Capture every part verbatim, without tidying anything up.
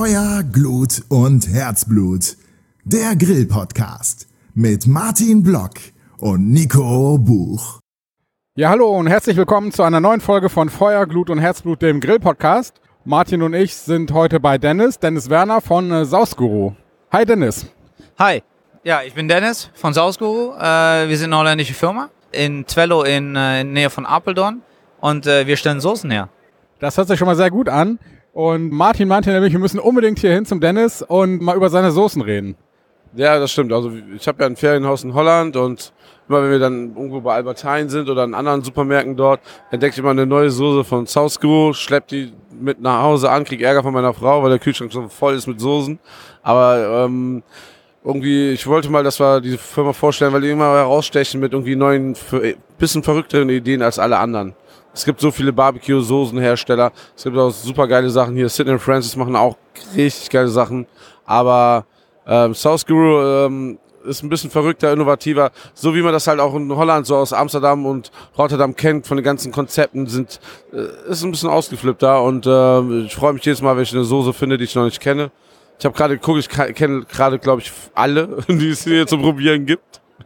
Feuer, Glut und Herzblut. Der Grill-Podcast mit Martin Block und Nico Buch. Ja, hallo und herzlich willkommen zu einer neuen Folge von Feuer, Glut und Herzblut, dem Grill-Podcast. Martin und ich sind heute bei Dennis, Dennis Werner von äh, Sausguru. Hi Dennis. Hi, ja, ich bin Dennis von Sausguru. Äh, wir sind eine holländische Firma in Twello in, äh, in Nähe von Apeldoorn und äh, wir stellen Soßen her. Das hört sich schon mal sehr gut an. Und Martin meinte nämlich, wir müssen unbedingt hier hin zum Dennis und mal über seine Soßen reden. Ja, das stimmt. Also ich habe ja ein Ferienhaus in Holland und immer wenn wir dann irgendwo bei Albert Heijn sind oder in anderen Supermärkten dort, entdecke ich immer eine neue Soße von Sausguru, schlepp die mit nach Hause an, krieg Ärger von meiner Frau, weil der Kühlschrank schon voll ist mit Soßen. Aber ähm, irgendwie, ich wollte mal, dass wir diese Firma vorstellen, weil die immer herausstechen mit irgendwie neuen, bisschen verrückteren Ideen als alle anderen. Es gibt so viele Barbecue-Soßenhersteller. Es gibt auch super geile Sachen hier. Sidney und Francis machen auch richtig geile Sachen. Aber ähm, Sausguru ähm, ist ein bisschen verrückter, innovativer. So wie man das halt auch in Holland so aus Amsterdam und Rotterdam kennt, von den ganzen Konzepten, sind äh, ist ein bisschen ausgeflippter. Und äh, ich freue mich jedes Mal, wenn ich eine Soße finde, die ich noch nicht kenne. Ich habe gerade geguckt, ich kenne gerade, glaube ich, alle, die es hier zu probieren gibt.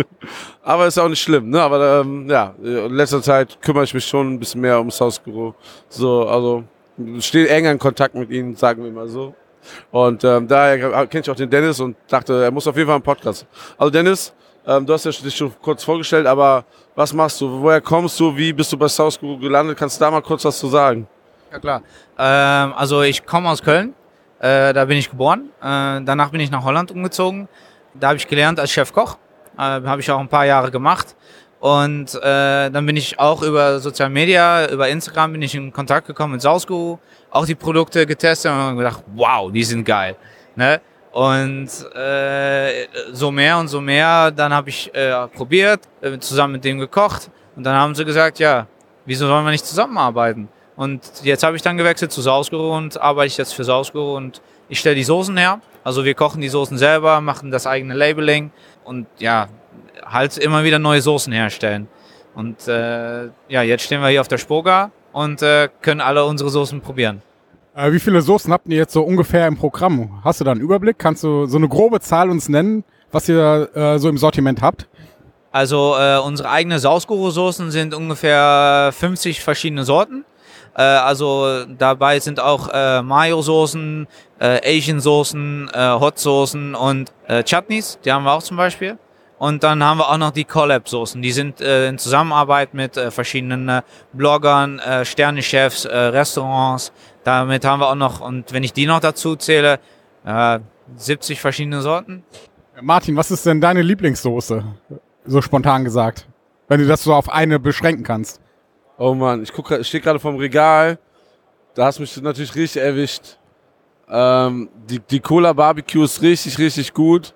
Aber ist auch nicht schlimm, ne? Aber ähm, ja, in letzter Zeit kümmere ich mich schon ein bisschen mehr um Sausguru. So, also stehe enger in Kontakt mit ihnen, sagen wir mal so. Und ähm, daher kenne ich auch den Dennis und dachte, er muss auf jeden Fall einen Podcast. Also Dennis, ähm, du hast ja dich schon kurz vorgestellt, aber was machst du? Woher kommst du? Wie bist du bei Sausguru gelandet? Kannst du da mal kurz was zu sagen? Ja klar. Ähm, also ich komme aus Köln, äh, da bin ich geboren. Äh, danach bin ich nach Holland umgezogen. Da habe ich gelernt als Chefkoch. Äh, habe ich auch ein paar Jahre gemacht und äh, dann bin ich auch über Social Media, über Instagram bin ich in Kontakt gekommen mit Sausguru, auch die Produkte getestet und gedacht, wow, die sind geil, ne? Und äh, so mehr und so mehr, dann habe ich äh, probiert, äh, zusammen mit dem gekocht und dann haben sie gesagt, ja, wieso sollen wir nicht zusammenarbeiten? Und jetzt habe ich dann gewechselt zu Sausguru und arbeite jetzt für Sausguru und ich stelle die Soßen her. Also wir kochen die Soßen selber, machen das eigene Labeling und ja, halt immer wieder neue Soßen herstellen. Und äh, ja, jetzt stehen wir hier auf der Spoga und äh, können alle unsere Soßen probieren. Äh, wie viele Soßen habt ihr jetzt so ungefähr im Programm? Hast du da einen Überblick? Kannst du so eine grobe Zahl uns nennen, was ihr äh, so im Sortiment habt? Also äh, unsere eigenen Sausguru-Soßen sind ungefähr fünfzig verschiedene Sorten. Äh, also dabei sind auch äh, Mayo-Soßen, äh, Asian-Soßen, äh, Hot-Soßen und äh, Chutneys, die haben wir auch zum Beispiel. Und dann haben wir auch noch die Collab-Soßen, die sind äh, in Zusammenarbeit mit äh, verschiedenen äh, Bloggern, äh, Sterne-Chefs, äh, Restaurants. Damit haben wir auch noch, und wenn ich die noch dazu zähle, äh, siebzig verschiedene Sorten. Martin, was ist denn deine Lieblingssoße? So spontan gesagt, wenn du das so auf eine beschränken kannst. Oh Mann, ich, guck, ich stehe gerade vorm Regal, da hast du mich natürlich richtig erwischt. Ähm, die, die Cola Barbecue ist richtig, richtig gut.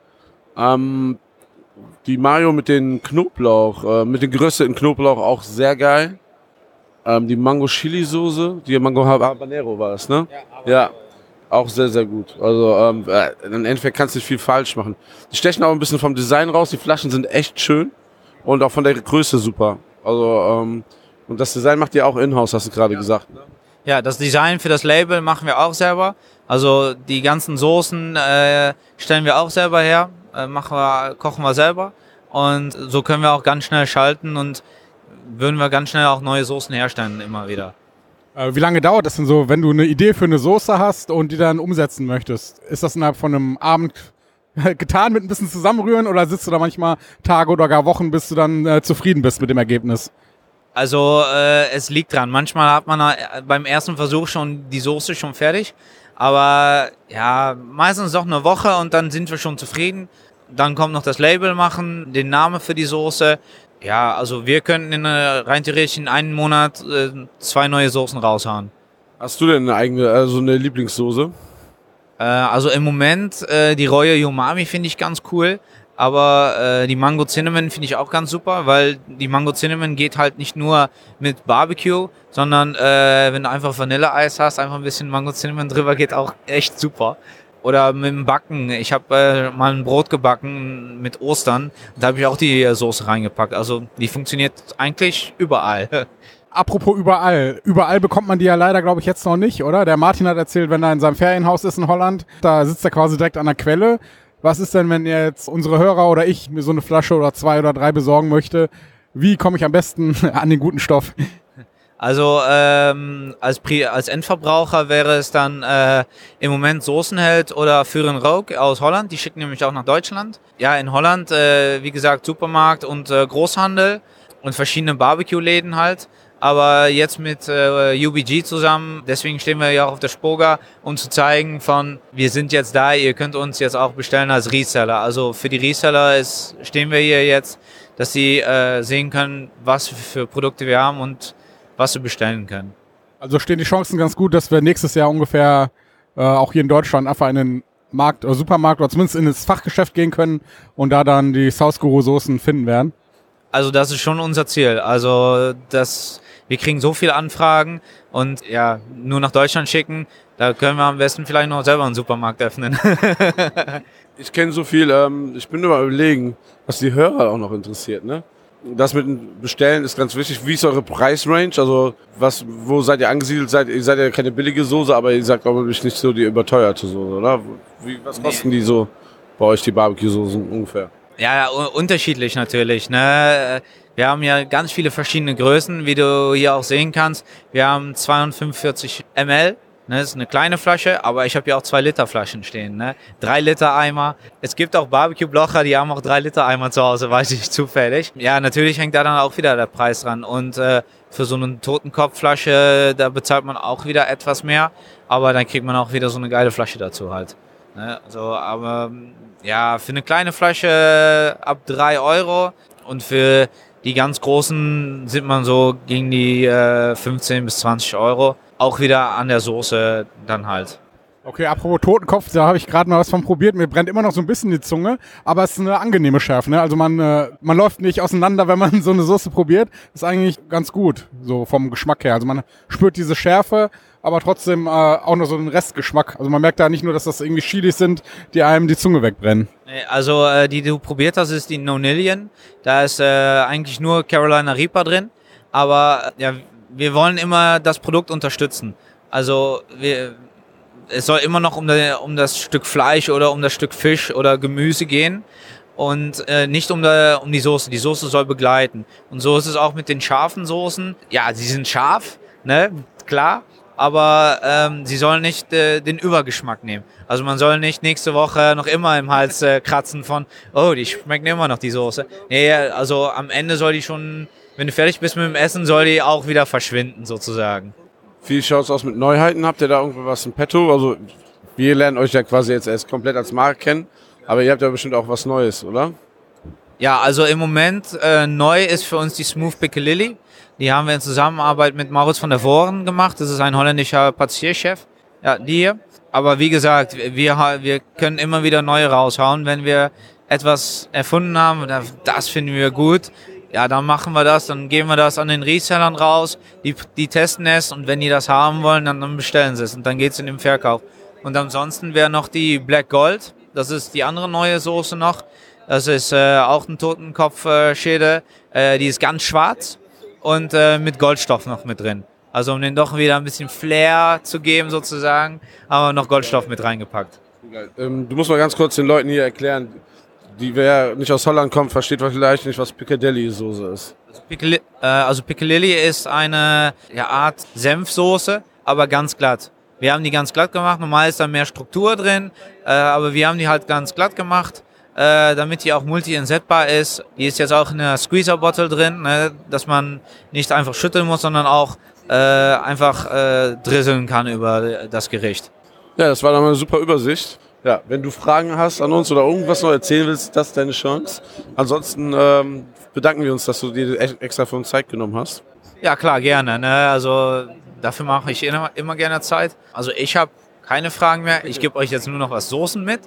Ähm, die Mayo mit den Knoblauch, äh, mit den gerösteten Knoblauch auch sehr geil. Ähm, die Mango Chili Soße, die Mango Habanero war das, ne? Ja, ja, auch sehr, sehr gut. Also ähm, äh, im Endeffekt kannst du nicht viel falsch machen. Die stechen auch ein bisschen vom Design raus, die Flaschen sind echt schön und auch von der Größe super. Also ähm, und das Design macht ihr auch in-house, hast du gerade ja. gesagt. Ne? Ja, das Design für das Label machen wir auch selber. Also die ganzen Soßen äh, stellen wir auch selber her, äh, machen wir, kochen wir selber. Und so können wir auch ganz schnell schalten und würden wir ganz schnell auch neue Soßen herstellen immer wieder. Äh, wie lange dauert das denn so, wenn du eine Idee für eine Soße hast und die dann umsetzen möchtest? Ist das innerhalb von einem Abend getan mit ein bisschen zusammenrühren oder sitzt du da manchmal Tage oder gar Wochen, bis du dann äh, zufrieden bist mit dem Ergebnis? Also äh, es liegt dran. Manchmal hat man äh, beim ersten Versuch schon die Soße schon fertig. Aber ja, meistens doch eine Woche und dann sind wir schon zufrieden. Dann kommt noch das Label machen, den Namen für die Soße. Ja, also wir könnten in, rein theoretisch in einem Monat äh, zwei neue Soßen raushauen. Hast du denn eine eigene, also eine Lieblingssoße? Äh, also im Moment äh, die Royal Umami finde ich ganz cool. Aber äh, die Mango Cinnamon finde ich auch ganz super, weil die Mango Cinnamon geht halt nicht nur mit Barbecue, sondern äh, wenn du einfach Vanilleeis hast, einfach ein bisschen Mango Cinnamon drüber, geht auch echt super. Oder mit dem Backen. Ich habe äh, mal ein Brot gebacken mit Ostern, da habe ich auch die äh, Soße reingepackt. Also die funktioniert eigentlich überall. Apropos überall. Überall bekommt man die ja leider, glaube ich, jetzt noch nicht, oder? Der Martin hat erzählt, wenn er in seinem Ferienhaus ist in Holland, da sitzt er quasi direkt an der Quelle. Was ist denn, wenn jetzt unsere Hörer oder ich mir so eine Flasche oder zwei oder drei besorgen möchte? Wie komme ich am besten an den guten Stoff? Also ähm, als, Pri- als Endverbraucher wäre es dann äh, im Moment Soßenheld oder Führen Rook aus Holland. Die schicken nämlich auch nach Deutschland. Ja, in Holland, äh, wie gesagt, Supermarkt und äh, Großhandel und verschiedene Barbecue-Läden halt. Aber jetzt mit äh, U B G zusammen, deswegen stehen wir ja auch auf der Spoga, um zu zeigen von, wir sind jetzt da, ihr könnt uns jetzt auch bestellen als Reseller. Also für die Reseller ist, stehen wir hier jetzt, dass sie äh, sehen können, was für Produkte wir haben und was sie bestellen können. Also stehen die Chancen ganz gut, dass wir nächstes Jahr ungefähr äh, auch hier in Deutschland einfach in den Markt oder Supermarkt oder zumindest in das Fachgeschäft gehen können und da dann die South Guru Soßen finden werden. Also das ist schon unser Ziel. Also das, wir kriegen so viele Anfragen und ja, nur nach Deutschland schicken, da können wir am besten vielleicht noch selber einen Supermarkt öffnen. Ich kenne so viel, ähm, ich bin nur mal überlegen, was die Hörer auch noch interessiert, ne? Das mit dem Bestellen ist ganz wichtig. Wie ist eure Preisrange? Also was, wo seid ihr angesiedelt? Seid, ihr seid ja keine billige Soße, aber ihr sagt, glaube ich, nicht so die überteuerte Soße, oder? Wie, was kosten die so bei euch, die Barbecue-Soßen ungefähr? Ja, ja, unterschiedlich natürlich, ne? Wir haben ja ganz viele verschiedene Größen, wie du hier auch sehen kannst. Wir haben zweihundertfünfundvierzig Milliliter. Ne, das ist eine kleine Flasche, aber ich habe hier auch zwei Liter Flaschen stehen. Ne? drei Liter Eimer. Es gibt auch Barbecue-Blocher, die haben auch drei Liter Eimer zu Hause, weiß ich zufällig. Ja, natürlich hängt da dann auch wieder der Preis dran. Und äh, für so eine Totenkopfflasche, da bezahlt man auch wieder etwas mehr. Aber dann kriegt man auch wieder so eine geile Flasche dazu halt. Ne? Also, aber ja, für eine kleine Flasche ab drei Euro und für die ganz großen sind man so gegen die äh, fünfzehn bis zwanzig Euro. Auch wieder an der Soße dann halt. Okay, apropos Totenkopf, da habe ich gerade mal was von probiert. Mir brennt immer noch so ein bisschen die Zunge, aber es ist eine angenehme Schärfe. Ne? Also man, äh, man läuft nicht auseinander, wenn man so eine Soße probiert. Ist eigentlich ganz gut, so vom Geschmack her. Also man spürt diese Schärfe, aber trotzdem äh, auch noch so den Restgeschmack. Also man merkt da nicht nur, dass das irgendwie Chilis sind, die einem die Zunge wegbrennen. Also äh, die, die du probiert hast, ist die Nonillion. Da ist äh, eigentlich nur Carolina Reaper drin. Aber ja, wir wollen immer das Produkt unterstützen. Also wir, es soll immer noch um, der, um das Stück Fleisch oder um das Stück Fisch oder Gemüse gehen und äh, nicht um, der, um die Soße. Die Soße soll begleiten. Und so ist es auch mit den scharfen Soßen. Ja, sie sind scharf, ne, klar, aber ähm, sie sollen nicht äh, den Übergeschmack nehmen. Also man soll nicht nächste Woche noch immer im Hals äh, kratzen von, oh, die schmeckt immer noch, die Soße. Nee, also am Ende soll die schon... Wenn du fertig bist mit dem Essen, soll die auch wieder verschwinden, sozusagen. Wie schaut's aus mit Neuheiten? Habt ihr da irgendwas in petto? Also, wir lernen euch ja quasi jetzt erst komplett als Marke kennen, aber ihr habt ja bestimmt auch was Neues, oder? Ja, also im Moment äh, neu ist für uns die Smooth Piccalilli. Die haben wir in Zusammenarbeit mit Maurits van der Voren gemacht. Das ist ein holländischer Patissierchef. Ja, die hier. Aber wie gesagt, wir, wir können immer wieder neue raushauen, wenn wir etwas erfunden haben. Das finden wir gut. Ja, dann machen wir das, dann geben wir das an den Resellern raus, die, die testen es und wenn die das haben wollen, dann, dann bestellen sie es und dann geht's in den Verkauf. Und ansonsten wäre noch die Black Gold, das ist die andere neue Soße noch, das ist äh, auch ein Totenkopfschädel, äh, die ist ganz schwarz und äh, mit Goldstoff noch mit drin. Also um den doch wieder ein bisschen Flair zu geben sozusagen, aber noch Goldstoff mit reingepackt. Ähm, du musst mal ganz kurz den Leuten hier erklären, die wer nicht aus Holland kommt, versteht vielleicht nicht, was Piccadilly-Soße ist. Also, Piccali- äh, also Piccalilli ist eine ja, Art Senfsoße, aber ganz glatt. Wir haben die ganz glatt gemacht, normal ist da mehr Struktur drin, äh, aber wir haben die halt ganz glatt gemacht, äh, damit die auch multi-insettbar ist. Die ist jetzt auch in einer Squeezer-Bottle drin, ne, dass man nicht einfach schütteln muss, sondern auch äh, einfach äh, drisseln kann über das Gericht. Ja, das war dann mal eine super Übersicht. Ja, wenn du Fragen hast an uns oder irgendwas noch erzählen willst, das ist deine Chance. Ansonsten ähm, bedanken wir uns, dass du dir extra für uns Zeit genommen hast. Ja, klar, gerne. Ne? Also dafür mache ich immer, immer gerne Zeit. Also ich habe keine Fragen mehr. Ich gebe euch jetzt nur noch was Soßen mit,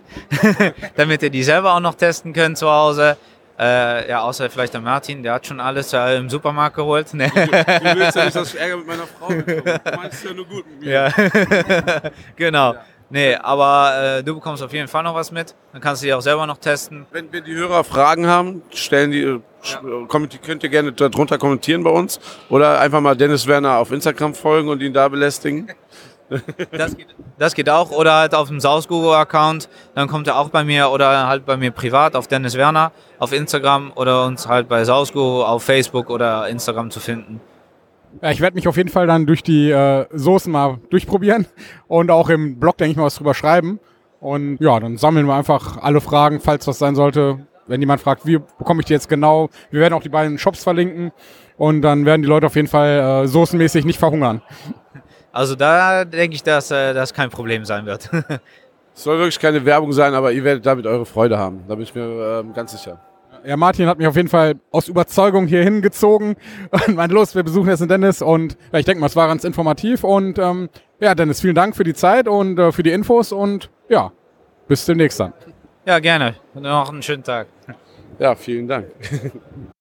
damit ihr die selber auch noch testen könnt zu Hause. Äh, ja, außer vielleicht der Martin, der hat schon alles äh, im Supermarkt geholt. Ne? Du, du willst ja nicht, dass ich Ärger mit meiner Frau bekomme. Du meinst ja nur gut mit mir. Ja, genau. Ja. Nee, aber äh, du bekommst auf jeden Fall noch was mit. Dann kannst du die auch selber noch testen. Wenn wir die Hörer Fragen haben, stellen die, ja. kommenti- könnt ihr gerne darunter kommentieren bei uns oder einfach mal Dennis Werner auf Instagram folgen und ihn da belästigen. Das geht, das geht auch. Oder halt auf dem Sausguru-Account. Dann kommt er auch bei mir oder halt bei mir privat auf Dennis Werner auf Instagram oder uns halt bei Sausguru auf Facebook oder Instagram zu finden. Ja, ich werde mich auf jeden Fall dann durch die äh, Soßen mal durchprobieren und auch im Blog, denke ich mal, was drüber schreiben. Und ja, dann sammeln wir einfach alle Fragen, falls was sein sollte. Wenn jemand fragt, wie bekomme ich die jetzt genau? Wir werden auch die beiden Shops verlinken und dann werden die Leute auf jeden Fall äh, soßenmäßig nicht verhungern. Also da denke ich, dass äh, das kein Problem sein wird. Es soll wirklich keine Werbung sein, aber ihr werdet damit eure Freude haben. Da bin ich mir ähm, ganz sicher. Ja, Martin hat mich auf jeden Fall aus Überzeugung hier hingezogen und meint, los, wir besuchen jetzt den Dennis und ja, ich denke mal, es war ganz informativ und ähm, ja, Dennis, vielen Dank für die Zeit und äh, für die Infos und ja, bis demnächst dann. Ja, gerne. Noch einen schönen Tag. Ja, vielen Dank.